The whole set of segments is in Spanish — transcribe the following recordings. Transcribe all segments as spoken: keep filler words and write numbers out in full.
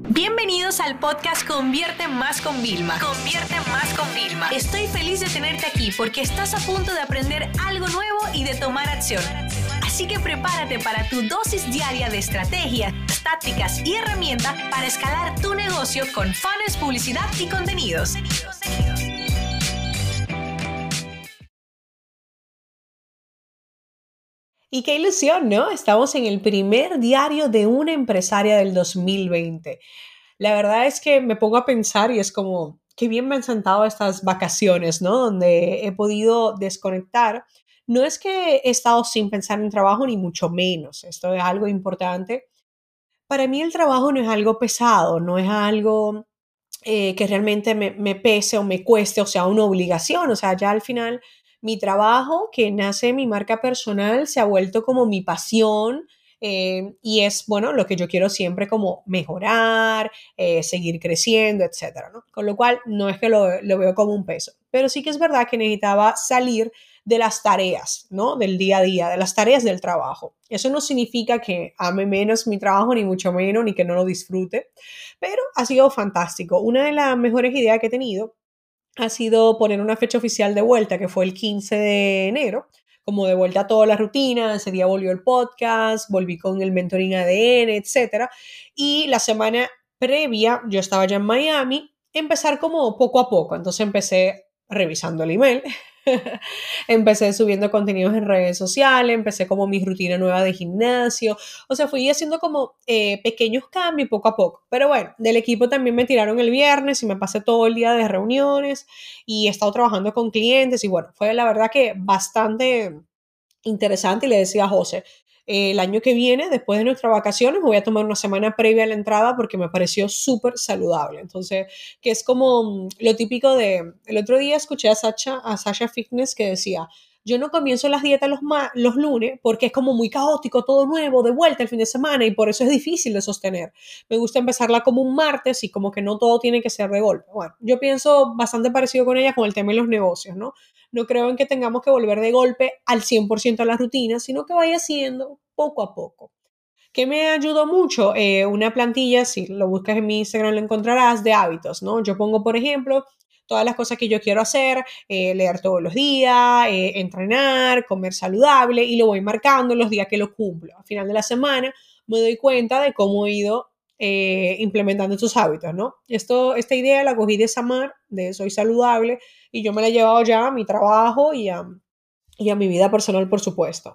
Bienvenidos al podcast Convierte Más con Vilma. Convierte Más con Vilma. Estoy feliz de tenerte aquí porque estás a punto de aprender algo nuevo y de tomar acción. Así que prepárate para tu dosis diaria de estrategias, tácticas y herramientas para escalar tu negocio con funnels, publicidad y contenidos. Y qué ilusión, ¿no? Estamos en el primer diario de una empresaria del dos mil veinte. La verdad es que me pongo a pensar y es como, qué bien me han sentado estas vacaciones, ¿no? Donde he podido desconectar. No es que he estado sin pensar en trabajo, ni mucho menos. Esto es algo importante. Para mí el trabajo no es algo pesado, no es algo eh, que realmente me, me pese o me cueste, o sea, una obligación. O sea, ya al final mi trabajo, que nace de mi marca personal, se ha vuelto como mi pasión. Eh, y es, bueno, lo que yo quiero siempre como mejorar, eh, seguir creciendo, etcétera, ¿no? Con lo cual, no es que lo, lo veo como un peso, pero sí que es verdad que necesitaba salir de las tareas, ¿no? Del día a día, de las tareas del trabajo. Eso no significa que ame menos mi trabajo, ni mucho menos, ni que no lo disfrute, pero ha sido fantástico. Una de las mejores ideas que he tenido ha sido poner una fecha oficial de vuelta, que fue el quince de enero, como de vuelta a toda la rutina. Ese día volvió el podcast, volví con el mentoring A D N, etcétera. Y la semana previa, yo estaba ya en Miami, empezar como poco a poco. Entonces empecé revisando el email, empecé subiendo contenidos en redes sociales, empecé como mi rutina nueva de gimnasio, o sea, fui haciendo como eh, pequeños cambios poco a poco, pero bueno, del equipo también me tiraron el viernes y me pasé todo el día de reuniones y he estado trabajando con clientes y bueno, fue la verdad que bastante interesante y le decía a José, eh, el año que viene, después de nuestras vacaciones, me voy a tomar una semana previa a la entrada porque me pareció súper saludable. Entonces, que es como mm, lo típico de, el otro día escuché a Sasha, a Sasha Fitness que decía, yo no comienzo las dietas los, ma- los lunes porque es como muy caótico, todo nuevo, de vuelta el fin de semana y por eso es difícil de sostener. Me gusta empezarla como un martes y como que no todo tiene que ser de golpe. Bueno, yo pienso bastante parecido con ella con el tema de los negocios, ¿no? No creo en que tengamos que volver de golpe al cien por ciento a la rutina, sino que vaya haciendo poco a poco. ¿Qué me ayudó mucho? Eh, una plantilla, si lo buscas en mi Instagram lo encontrarás, de hábitos, ¿no? Yo pongo, por ejemplo, todas las cosas que yo quiero hacer, eh, leer todos los días, eh, entrenar, comer saludable y lo voy marcando los días que lo cumplo. Al final de la semana me doy cuenta de cómo he ido eh, implementando estos hábitos, ¿no? Esto, esta idea la cogí de Samar, de Soy Saludable, y yo me la he llevado ya a mi trabajo y a, y a mi vida personal, por supuesto.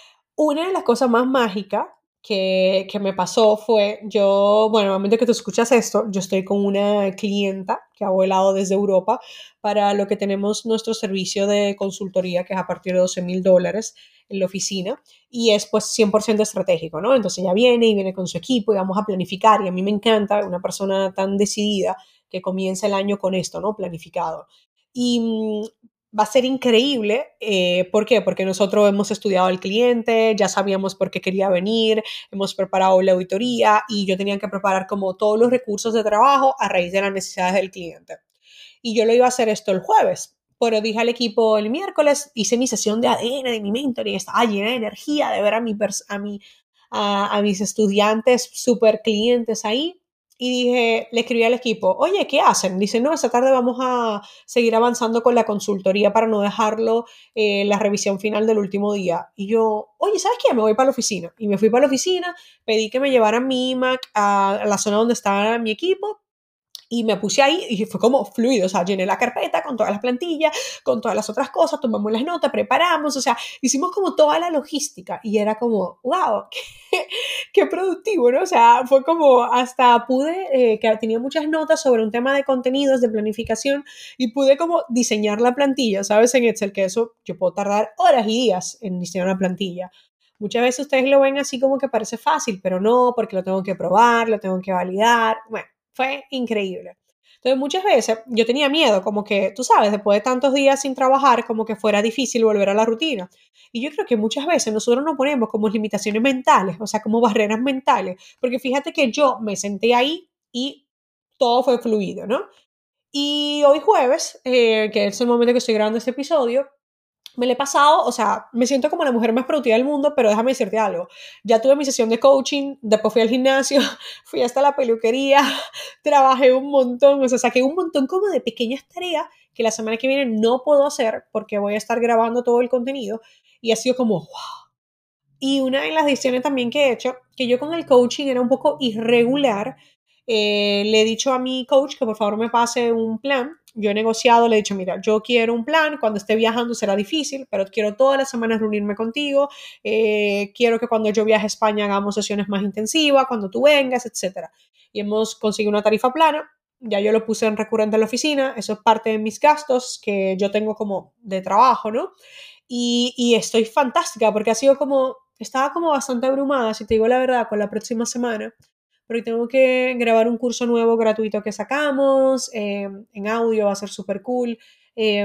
Una de las cosas más mágicas que, que me pasó fue, yo, bueno, al momento que tú escuchas esto, yo estoy con una clienta que ha volado desde Europa para lo que tenemos nuestro servicio de consultoría, que es a partir de doce mil dólares en la oficina, y es pues cien por ciento estratégico, ¿no? Entonces ella viene y viene con su equipo y vamos a planificar, y a mí me encanta una persona tan decidida que comienza el año con esto, ¿no? Planificado. Y mm, va a ser increíble. Eh, ¿Por qué? Porque nosotros hemos estudiado al cliente, ya sabíamos por qué quería venir, hemos preparado la auditoría y yo tenía que preparar como todos los recursos de trabajo a raíz de las necesidades del cliente. Y yo lo iba a hacer esto el jueves, pero dije al equipo el miércoles, hice mi sesión de A D N, de mi mentoring, estaba llena de energía de ver a, mi a, mi, a, a mis estudiantes super clientes ahí. Y dije, le escribí al equipo, oye, ¿qué hacen? Dice, no, esta tarde vamos a seguir avanzando con la consultoría para no dejarlo eh, la revisión final del último día. Y yo, oye, ¿sabes qué? Me voy para la oficina. Y me fui para la oficina, pedí que me llevaran mi iMac a, a la zona donde estaba mi equipo y me puse ahí y fue como fluido, o sea, llené la carpeta con todas las plantillas, con todas las otras cosas, tomamos las notas, preparamos, o sea, hicimos como toda la logística y era como, wow, qué, qué productivo, ¿no? O sea, fue como hasta pude, eh, que tenía muchas notas sobre un tema de contenidos, de planificación y pude como diseñar la plantilla, ¿sabes? En Excel, que eso yo puedo tardar horas y días en diseñar una plantilla. Muchas veces ustedes lo ven así como que parece fácil, pero no, porque lo tengo que probar, lo tengo que validar, bueno. Fue increíble. Entonces muchas veces yo tenía miedo, como que, tú sabes, después de tantos días sin trabajar, como que fuera difícil volver a la rutina. Y yo creo que muchas veces nosotros nos ponemos como limitaciones mentales, o sea, como barreras mentales, porque fíjate que yo me senté ahí y todo fue fluido, ¿no? Y hoy jueves, eh, que es el momento que estoy grabando este episodio, me lo he pasado, o sea, me siento como la mujer más productiva del mundo, pero déjame decirte algo. Ya tuve mi sesión de coaching, después fui al gimnasio, fui hasta la peluquería, trabajé un montón, o sea, saqué un montón como de pequeñas tareas que la semana que viene no puedo hacer porque voy a estar grabando todo el contenido y ha sido como, wow. Y una de las decisiones también que he hecho, que yo con el coaching era un poco irregular, eh, le he dicho a mi coach que por favor me pase un plan. Yo he negociado, le he dicho, mira, yo quiero un plan, cuando esté viajando será difícil, pero quiero todas las semanas reunirme contigo, eh, quiero que cuando yo viaje a España hagamos sesiones más intensivas, cuando tú vengas, etcétera. Y hemos conseguido una tarifa plana, ya yo lo puse en recurrente en la oficina, eso es parte de mis gastos que yo tengo como de trabajo, ¿no? Y, y estoy fantástica porque ha sido como, estaba como bastante abrumada, si te digo la verdad, con la próxima semana, porque tengo que grabar un curso nuevo gratuito que sacamos, eh, en audio, va a ser súper cool. Eh,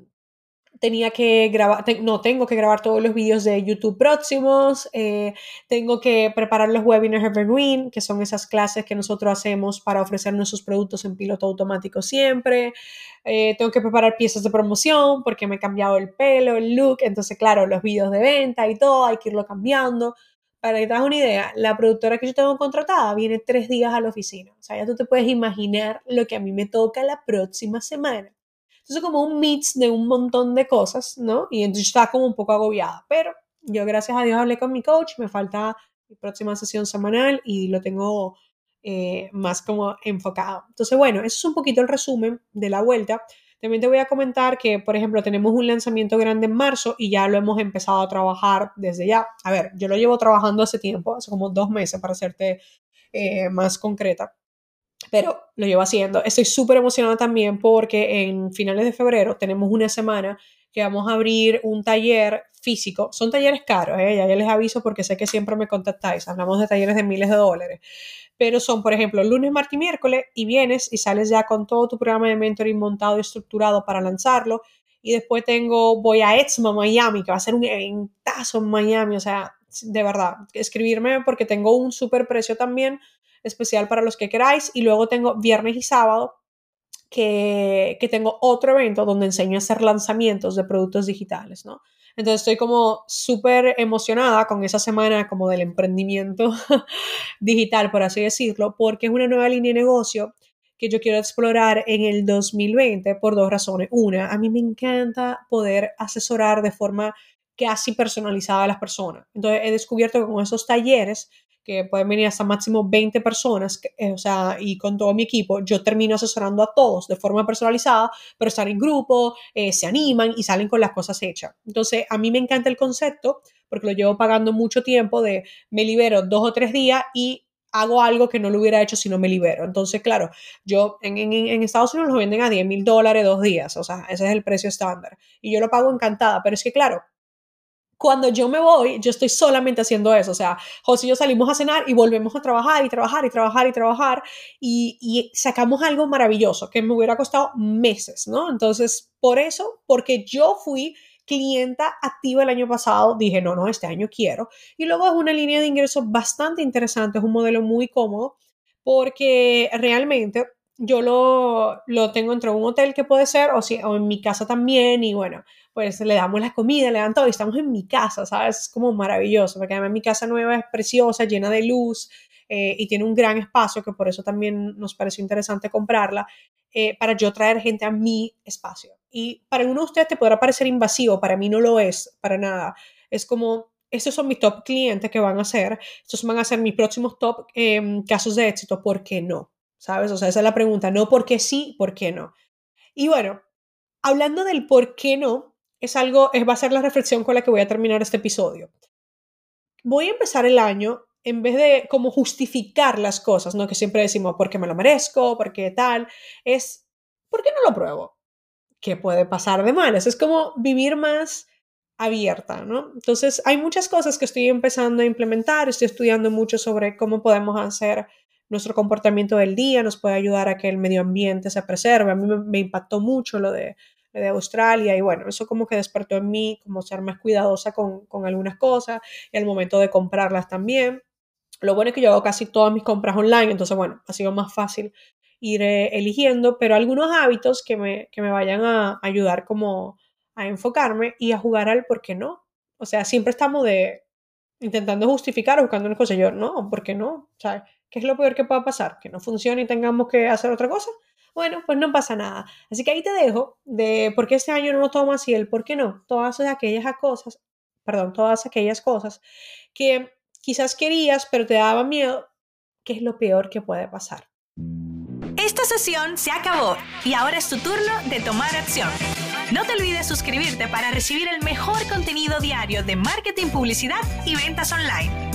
tenía que grabar, te, no, tengo que grabar todos los vídeos de YouTube próximos, eh, tengo que preparar los webinars Evergreen, que son esas clases que nosotros hacemos para ofrecer nuestros productos en piloto automático siempre, eh, tengo que preparar piezas de promoción porque me he cambiado el pelo, el look, entonces claro, los vídeos de venta y todo, hay que irlo cambiando. Para que te hagas una idea, la productora que yo tengo contratada viene tres días a la oficina, o sea, ya tú te puedes imaginar lo que a mí me toca la próxima semana. Entonces, como un mix de un montón de cosas, ¿no? Y entonces estaba como un poco agobiada. Pero yo, gracias a Dios, hablé con mi coach. Me falta mi próxima sesión semanal y lo tengo eh, más como enfocado. Entonces, bueno, eso es un poquito el resumen de la vuelta. También te voy a comentar que, por ejemplo, tenemos un lanzamiento grande en marzo y ya lo hemos empezado a trabajar desde ya. A ver, yo lo llevo trabajando hace tiempo, hace como dos meses para hacerte eh, más concreta, pero lo llevo haciendo. Estoy súper emocionada también porque en finales de febrero tenemos una semana que vamos a abrir un taller físico. Son talleres caros, ¿eh? Ya, ya les aviso porque sé que siempre me contactáis. Hablamos de talleres de miles de dólares. Pero son, por ejemplo, lunes, martes y miércoles y vienes y sales ya con todo tu programa de mentoring montado y estructurado para lanzarlo. Y después tengo, voy a EXMA Miami, que va a ser un eventazo en Miami. O sea, de verdad, escribirme porque tengo un súper precio también especial para los que queráis. Y luego tengo viernes y sábado que, que tengo otro evento donde enseño a hacer lanzamientos de productos digitales, ¿no? Entonces estoy como súper emocionada con esa semana como del emprendimiento digital, por así decirlo, porque es una nueva línea de negocio que yo quiero explorar en el dos mil veinte por dos razones. Una, a mí me encanta poder asesorar de forma casi personalizada a las personas. Entonces he descubierto que con esos talleres que pueden venir hasta máximo veinte personas, eh, o sea, y con todo mi equipo, yo termino asesorando a todos de forma personalizada, pero están en grupo, eh, se animan y salen con las cosas hechas. Entonces, a mí me encanta el concepto, porque lo llevo pagando mucho tiempo de me libero dos o tres días y hago algo que no lo hubiera hecho si no me libero. Entonces, claro, yo en, en, en Estados Unidos lo venden a diez mil dólares dos días, o sea, ese es el precio estándar. Y yo lo pago encantada, pero es que, claro, cuando yo me voy, yo estoy solamente haciendo eso. O sea, José y yo salimos a cenar y volvemos a trabajar y trabajar y trabajar y trabajar y, y sacamos algo maravilloso que me hubiera costado meses, ¿no? Entonces, por eso, porque yo fui clienta activa el año pasado, dije, no, no, este año quiero. Y luego es una línea de ingresos bastante interesante, es un modelo muy cómodo porque realmente yo lo, lo tengo entre un hotel que puede ser o, si, o en mi casa también y bueno, pues le damos la comida, le dan todo y estamos en mi casa, ¿sabes? Es como maravilloso, porque además mi casa nueva es preciosa, llena de luz eh, y tiene un gran espacio, que por eso también nos pareció interesante comprarla, eh, para yo traer gente a mi espacio. Y para alguno de ustedes te podrá parecer invasivo, para mí no lo es, para nada. Es como, estos son mis top clientes que van a ser, estos van a ser mis próximos top eh, casos de éxito, ¿por qué no? ¿Sabes? O sea, esa es la pregunta, no porque sí, ¿por qué no? Y bueno, hablando del por qué no, es algo, es, va a ser la reflexión con la que voy a terminar este episodio. Voy a empezar el año, en vez de como justificar las cosas, ¿no? Que siempre decimos, porque me lo merezco, porque tal, es, ¿por qué no lo pruebo? ¿Qué puede pasar de malas? Es como vivir más abierta, ¿no? Entonces, hay muchas cosas que estoy empezando a implementar, estoy estudiando mucho sobre cómo podemos hacer nuestro comportamiento del día, nos puede ayudar a que el medio ambiente se preserve. A mí me, me impactó mucho lo de, lo de Australia y bueno, eso como que despertó en mí como ser más cuidadosa con, con algunas cosas y al momento de comprarlas también. Lo bueno es que yo hago casi todas mis compras online, entonces bueno, ha sido más fácil ir eh, eligiendo, pero algunos hábitos que me, que me vayan a ayudar como a enfocarme y a jugar al por qué no. O sea, siempre estamos de intentando justificar o buscando una cosa. Yo, no, ¿por qué no? O sea, ¿qué es lo peor que pueda pasar? ¿Que no funcione y tengamos que hacer otra cosa? Bueno, pues no pasa nada. Así que ahí te dejo de por qué este año no lo tomo así, el por qué no. Todas aquellas cosas, perdón, todas aquellas cosas que quizás querías, pero te daba miedo, ¿qué es lo peor que puede pasar? Esta sesión se acabó y ahora es tu turno de tomar acción. No te olvides suscribirte para recibir el mejor contenido diario de marketing, publicidad y ventas online.